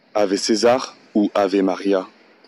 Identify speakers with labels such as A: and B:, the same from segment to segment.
A: Ave César ou Ave Maria?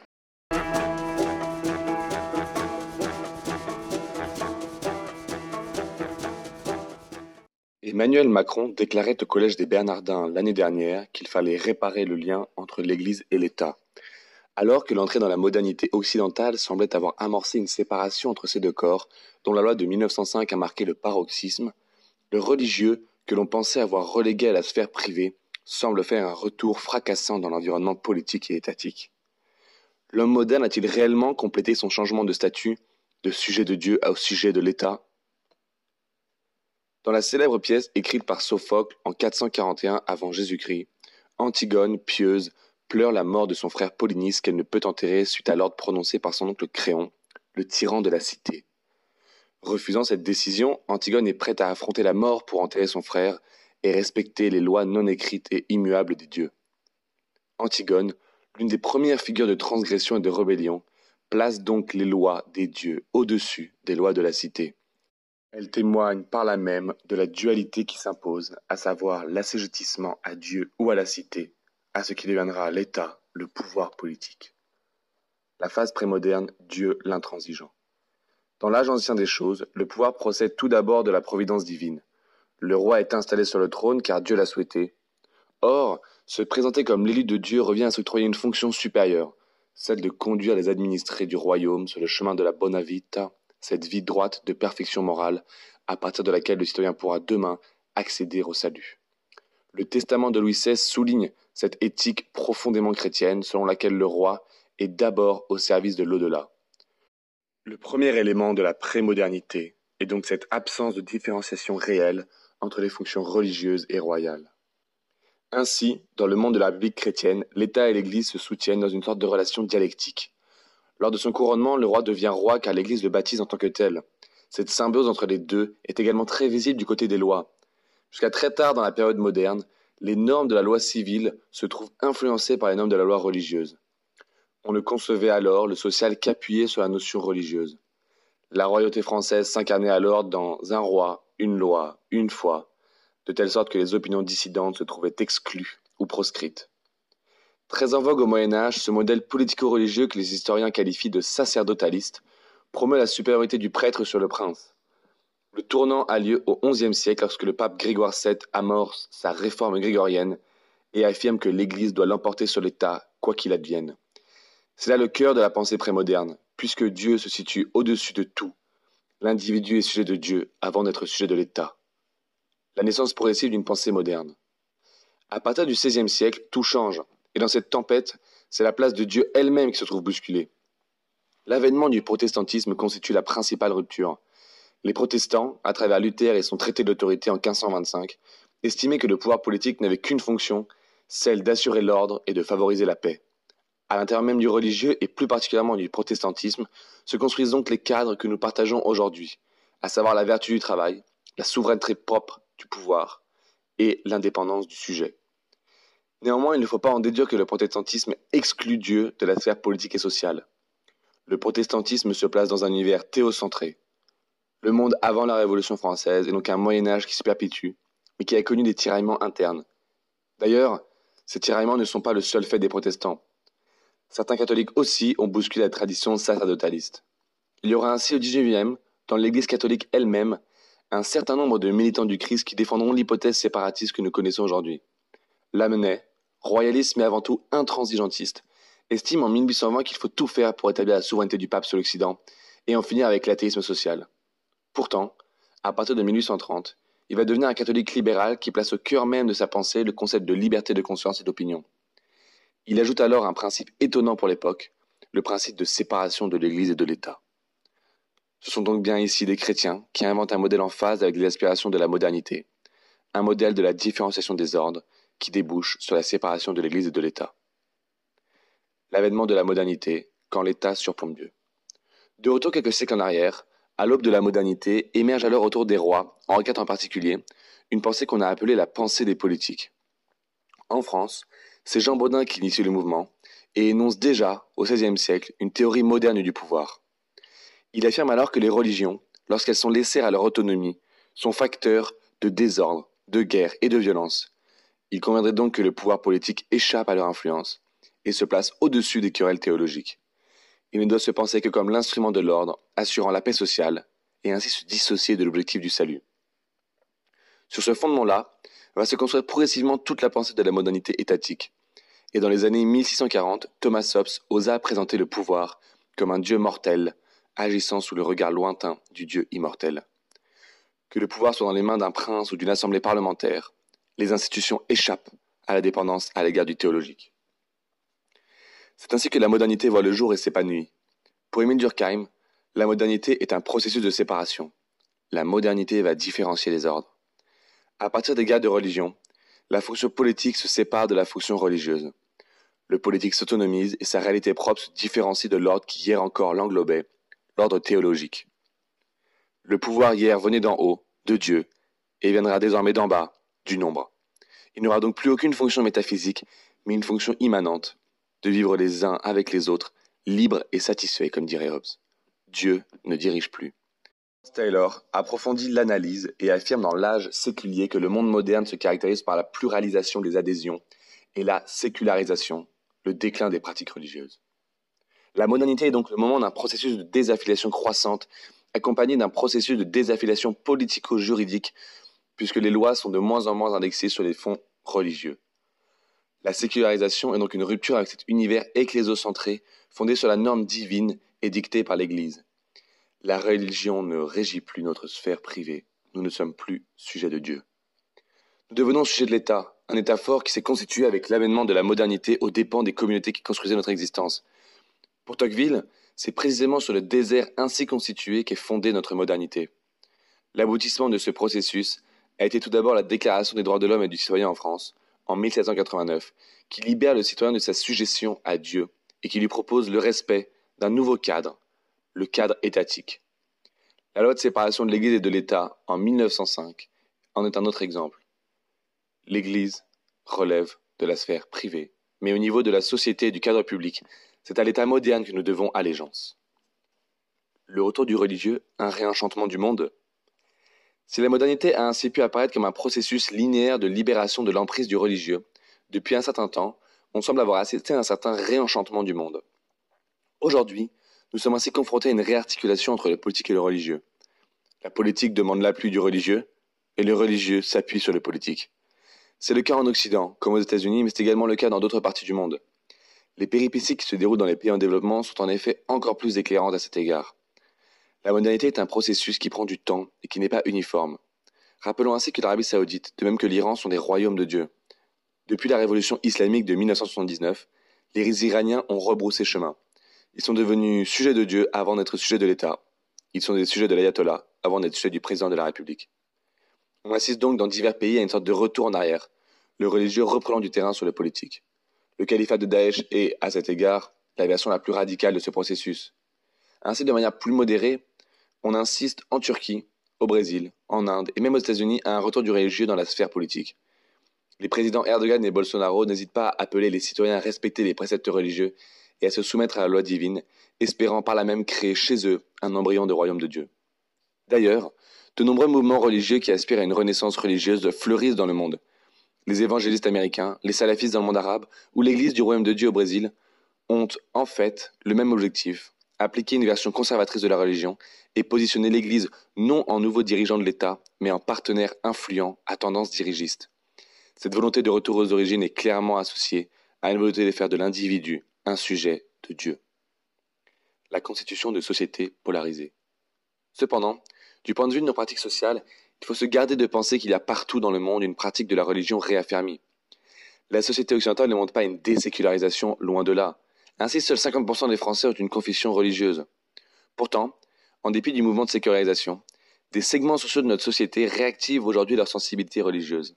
A: Emmanuel Macron déclarait au Collège des Bernardins l'année dernière qu'il fallait réparer le lien entre l'Église et l'État, alors que l'entrée dans la modernité occidentale semblait avoir amorcé une séparation entre ces deux corps, dont la loi de 1905 a marqué le paroxysme. Le religieux, que l'on pensait avoir relégué à la sphère privée, semble faire un retour fracassant dans l'environnement politique et étatique. L'homme moderne a-t-il réellement complété son changement de statut, de sujet de Dieu au sujet de l'État? Dans la célèbre pièce écrite par Sophocle en 441 avant Jésus-Christ, Antigone, pieuse, pleure la mort de son frère Polynice qu'elle ne peut enterrer suite à l'ordre prononcé par son oncle Créon, le tyran de la cité. Refusant cette décision, Antigone est prête à affronter la mort pour enterrer son frère et respecter les lois non écrites et immuables des dieux. Antigone, l'une des premières figures de transgression et de rébellion, place donc les lois des dieux au-dessus des lois de la cité. Elle témoigne par là même de la dualité qui s'impose, à savoir l'assujettissement à Dieu ou à la cité, à ce qui deviendra l'État, le pouvoir politique. La phase prémoderne, Dieu l'intransigeant. Dans l'âge ancien des choses, le pouvoir procède tout d'abord de la providence divine. Le roi est installé sur le trône car Dieu l'a souhaité. Or, se présenter comme l'élu de Dieu revient à s'octroyer une fonction supérieure, celle de conduire les administrés du royaume sur le chemin de la bona vita, cette vie droite de perfection morale, à partir de laquelle le citoyen pourra demain accéder au salut. Le testament de Louis XVI souligne cette éthique profondément chrétienne selon laquelle le roi est d'abord au service de l'au-delà. Le premier élément de la prémodernité est donc cette absence de différenciation réelle entre les fonctions religieuses et royales. Ainsi, dans le monde de la République chrétienne, l'État et l'Église se soutiennent dans une sorte de relation dialectique. Lors de son couronnement, le roi devient roi car l'Église le baptise en tant que tel. Cette symbiose entre les deux est également très visible du côté des lois. Jusqu'à très tard dans la période moderne, les normes de la loi civile se trouvent influencées par les normes de la loi religieuse. On ne concevait alors le social qu'appuyé sur la notion religieuse. La royauté française s'incarnait alors dans un roi, une loi, une foi, de telle sorte que les opinions dissidentes se trouvaient exclues ou proscrites. Très en vogue au Moyen-Âge, ce modèle politico-religieux que les historiens qualifient de sacerdotaliste promeut la supériorité du prêtre sur le prince. Le tournant a lieu au XIe siècle lorsque le pape Grégoire VII amorce sa réforme grégorienne et affirme que l'Église doit l'emporter sur l'État, quoi qu'il advienne. C'est là le cœur de la pensée prémoderne, puisque Dieu se situe au-dessus de tout. L'individu est sujet de Dieu avant d'être sujet de l'État. La naissance progressive d'une pensée moderne. À partir du XVIe siècle, tout change, et dans cette tempête, c'est la place de Dieu elle-même qui se trouve bousculée. L'avènement du protestantisme constitue la principale rupture. Les protestants, à travers Luther et son traité d'autorité en 1525, estimaient que le pouvoir politique n'avait qu'une fonction, celle d'assurer l'ordre et de favoriser la paix. À l'intérieur même du religieux, et plus particulièrement du protestantisme, se construisent donc les cadres que nous partageons aujourd'hui, à savoir la vertu du travail, la souveraineté propre du pouvoir et l'indépendance du sujet. Néanmoins, il ne faut pas en déduire que le protestantisme exclut Dieu de la sphère politique et sociale. Le protestantisme se place dans un univers théocentré. Le monde avant la Révolution française est donc un Moyen-Âge qui se perpétue, mais qui a connu des tiraillements internes. D'ailleurs, ces tiraillements ne sont pas le seul fait des protestants. Certains catholiques aussi ont bousculé la tradition sacerdotaliste. Il y aura ainsi au XIXe, dans l'Église catholique elle-même, un certain nombre de militants du Christ qui défendront l'hypothèse séparatiste que nous connaissons aujourd'hui. Lamennais, royaliste mais avant tout intransigentiste, estime en 1820 qu'il faut tout faire pour établir la souveraineté du pape sur l'Occident et en finir avec l'athéisme social. Pourtant, à partir de 1830, il va devenir un catholique libéral qui place au cœur même de sa pensée le concept de liberté de conscience et d'opinion. Il ajoute alors un principe étonnant pour l'époque, le principe de séparation de l'Église et de l'État. Ce sont donc bien ici des chrétiens qui inventent un modèle en phase avec les aspirations de la modernité, un modèle de la différenciation des ordres qui débouche sur la séparation de l'Église et de l'État. L'avènement de la modernité, quand l'État surplombe Dieu. De retour quelques siècles en arrière, à l'aube de la modernité, émerge alors autour des rois, Henri IV en particulier, une pensée qu'on a appelée la pensée des politiques. En France, c'est Jean Bodin qui initie le mouvement et énonce déjà, au XVIe siècle, une théorie moderne du pouvoir. Il affirme alors que les religions, lorsqu'elles sont laissées à leur autonomie, sont facteurs de désordre, de guerre et de violence, Il conviendrait donc que le pouvoir politique échappe à leur influence et se place au-dessus des querelles théologiques. Il ne doit se penser que comme l'instrument de l'ordre, assurant la paix sociale, et ainsi se dissocier de l'objectif du salut. Sur ce fondement-là, va se construire progressivement toute la pensée de la modernité étatique. Et dans les années 1640, Thomas Hobbes osa présenter le pouvoir comme un dieu mortel, agissant sous le regard lointain du Dieu immortel. Que le pouvoir soit dans les mains d'un prince ou d'une assemblée parlementaire, les institutions échappent à la dépendance à l'égard du théologique. C'est ainsi que la modernité voit le jour et s'épanouit. Pour Émile Durkheim, la modernité est un processus de séparation. La modernité va différencier les ordres. À partir des guerres de religion, la fonction politique se sépare de la fonction religieuse. Le politique s'autonomise et sa réalité propre se différencie de l'ordre qui hier encore l'englobait, l'ordre théologique. Le pouvoir hier venait d'en haut, de Dieu, et viendra désormais d'en bas, du nombre. Il n'aura donc plus aucune fonction métaphysique, mais une fonction immanente, de vivre les uns avec les autres, libres et satisfaits, comme dirait Hobbes. Dieu ne dirige plus. Taylor approfondit l'analyse et affirme dans l'âge séculier que le monde moderne se caractérise par la pluralisation des adhésions et la sécularisation, le déclin des pratiques religieuses. La modernité est donc le moment d'un processus de désaffiliation croissante, accompagné d'un processus de désaffiliation politico-juridique, puisque les lois sont de moins en moins indexées sur les fonds religieux. La sécularisation est donc une rupture avec cet univers ecclésiocentré, fondé sur la norme divine et dictée par l'Église. La religion ne régit plus notre sphère privée, nous ne sommes plus sujets de Dieu. Nous devenons sujets de l'État, un État fort qui s'est constitué avec l'avènement de la modernité aux dépens des communautés qui construisaient notre existence. Pour Tocqueville, c'est précisément sur le désert ainsi constitué qu'est fondée notre modernité. L'aboutissement de ce processus a été tout d'abord la Déclaration des droits de l'homme et du citoyen en France, en 1789, qui libère le citoyen de sa sujétion à Dieu et qui lui propose le respect d'un nouveau cadre, le cadre étatique. La loi de séparation de l'Église et de l'État, en 1905, en est un autre exemple. L'Église relève de la sphère privée, mais au niveau de la société et du cadre public, c'est à l'État moderne que nous devons allégeance. Le retour du religieux, un réenchantement du monde. Si la modernité a ainsi pu apparaître comme un processus linéaire de libération de l'emprise du religieux, depuis un certain temps, on semble avoir assisté à un certain réenchantement du monde. Aujourd'hui, nous sommes ainsi confrontés à une réarticulation entre le politique et le religieux. La politique demande l'appui du religieux, et le religieux s'appuie sur le politique. C'est le cas en Occident, comme aux États-Unis, mais c'est également le cas dans d'autres parties du monde. Les péripéties qui se déroulent dans les pays en développement sont en effet encore plus éclairantes à cet égard. La modernité est un processus qui prend du temps et qui n'est pas uniforme. Rappelons ainsi que l'Arabie Saoudite, de même que l'Iran, sont des royaumes de Dieu. Depuis la révolution islamique de 1979, les Iraniens ont rebroussé chemin. Ils sont devenus sujets de Dieu avant d'être sujets de l'État. Ils sont des sujets de l'ayatollah avant d'être sujets du président de la République. On assiste donc dans divers pays à une sorte de retour en arrière, le religieux reprenant du terrain sur le politique. Le califat de Daesh est, à cet égard, la version la plus radicale de ce processus. Ainsi, de manière plus modérée, on insiste en Turquie, au Brésil, en Inde et même aux États-Unis à un retour du religieux dans la sphère politique. Les présidents Erdogan et Bolsonaro n'hésitent pas à appeler les citoyens à respecter les préceptes religieux et à se soumettre à la loi divine, espérant par là même créer chez eux un embryon de royaume de Dieu. D'ailleurs, de nombreux mouvements religieux qui aspirent à une renaissance religieuse fleurissent dans le monde. Les évangélistes américains, les salafistes dans le monde arabe ou l'Église du royaume de Dieu au Brésil ont en fait le même objectif, appliquer une version conservatrice de la religion et positionner l'Église non en nouveau dirigeant de l'État, mais en partenaire influent à tendance dirigiste. Cette volonté de retour aux origines est clairement associée à une volonté de faire de l'individu un sujet de Dieu. La constitution de sociétés polarisées. Cependant, du point de vue de nos pratiques sociales, il faut se garder de penser qu'il y a partout dans le monde une pratique de la religion réaffirmée. La société occidentale ne montre pas une désécularisation, loin de là. Ainsi, seuls 50% des Français ont une confession religieuse. Pourtant, en dépit du mouvement de sécularisation, des segments sociaux de notre société réactivent aujourd'hui leur sensibilité religieuse.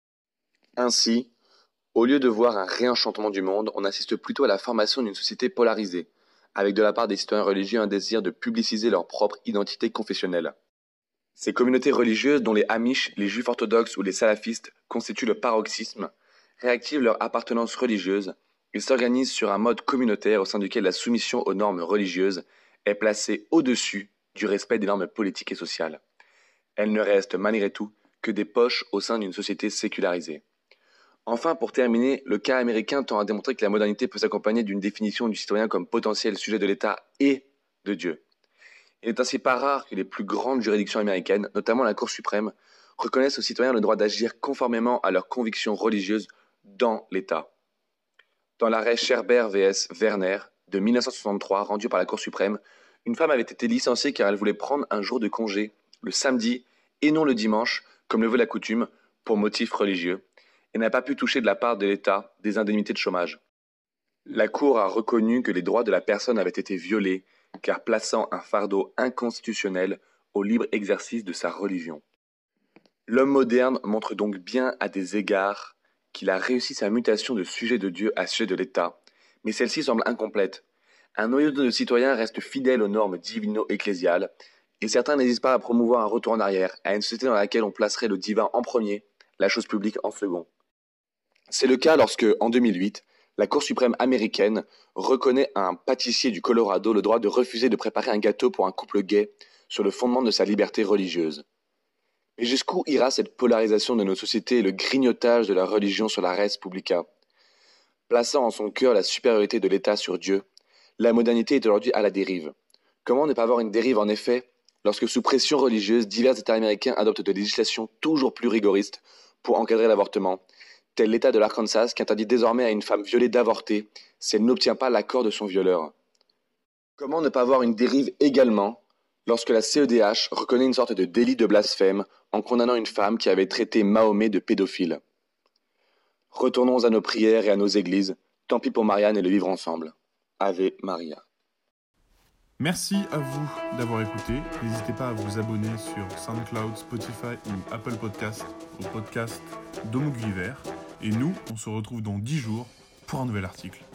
A: Ainsi, au lieu de voir un réenchantement du monde, on assiste plutôt à la formation d'une société polarisée, avec de la part des citoyens religieux un désir de publiciser leur propre identité confessionnelle. Ces communautés religieuses, dont les Amish, les Juifs orthodoxes ou les salafistes constituent le paroxysme, réactivent leur appartenance religieuse et s'organisent sur un mode communautaire au sein duquel la soumission aux normes religieuses est placée au-dessus du respect des normes politiques et sociales. Elle ne reste malgré tout que des poches au sein d'une société sécularisée. Enfin, pour terminer, le cas américain tend à démontrer que la modernité peut s'accompagner d'une définition du citoyen comme potentiel sujet de l'État et de Dieu. Il n'est ainsi pas rare que les plus grandes juridictions américaines, notamment la Cour suprême, reconnaissent aux citoyens le droit d'agir conformément à leurs convictions religieuses dans l'État. Dans l'arrêt Scherber vs Werner de 1963 rendu par la Cour suprême, une femme avait été licenciée car elle voulait prendre un jour de congé, le samedi et non le dimanche, comme le veut la coutume, pour motif religieux, et n'a pas pu toucher de la part de l'État des indemnités de chômage. La Cour a reconnu que les droits de la personne avaient été violés, car plaçant un fardeau inconstitutionnel au libre exercice de sa religion. L'homme moderne montre donc bien à des égards qu'il a réussi sa mutation de sujet de Dieu à sujet de l'État, mais celle-ci semble incomplète. Un noyau de citoyens reste fidèle aux normes divino-ecclésiales, et certains n'hésitent pas à promouvoir un retour en arrière, à une société dans laquelle on placerait le divin en premier, la chose publique en second. C'est le cas lorsque, en 2008, la Cour suprême américaine reconnaît à un pâtissier du Colorado le droit de refuser de préparer un gâteau pour un couple gay sur le fondement de sa liberté religieuse. Mais jusqu'où ira cette polarisation de nos sociétés et le grignotage de la religion sur la res publica? Plaçant en son cœur la supériorité de l'État sur Dieu, la modernité est aujourd'hui à la dérive. Comment ne pas avoir une dérive en effet lorsque sous pression religieuse, divers États américains adoptent des législations toujours plus rigoristes pour encadrer l'avortement, tel l'État de l'Arkansas qui interdit désormais à une femme violée d'avorter si elle n'obtient pas l'accord de son violeur. Comment ne pas avoir une dérive également lorsque la CEDH reconnaît une sorte de délit de blasphème en condamnant une femme qui avait traité Mahomet de pédophile? Retournons à nos prières et à nos églises, tant pis pour Marianne et le vivre ensemble. Ave Maria.
B: Merci à vous d'avoir écouté. N'hésitez pas à vous abonner sur SoundCloud, Spotify ou Apple Podcast au podcast d'Homo Gulliver. Et nous, on se retrouve dans 10 jours pour un nouvel article.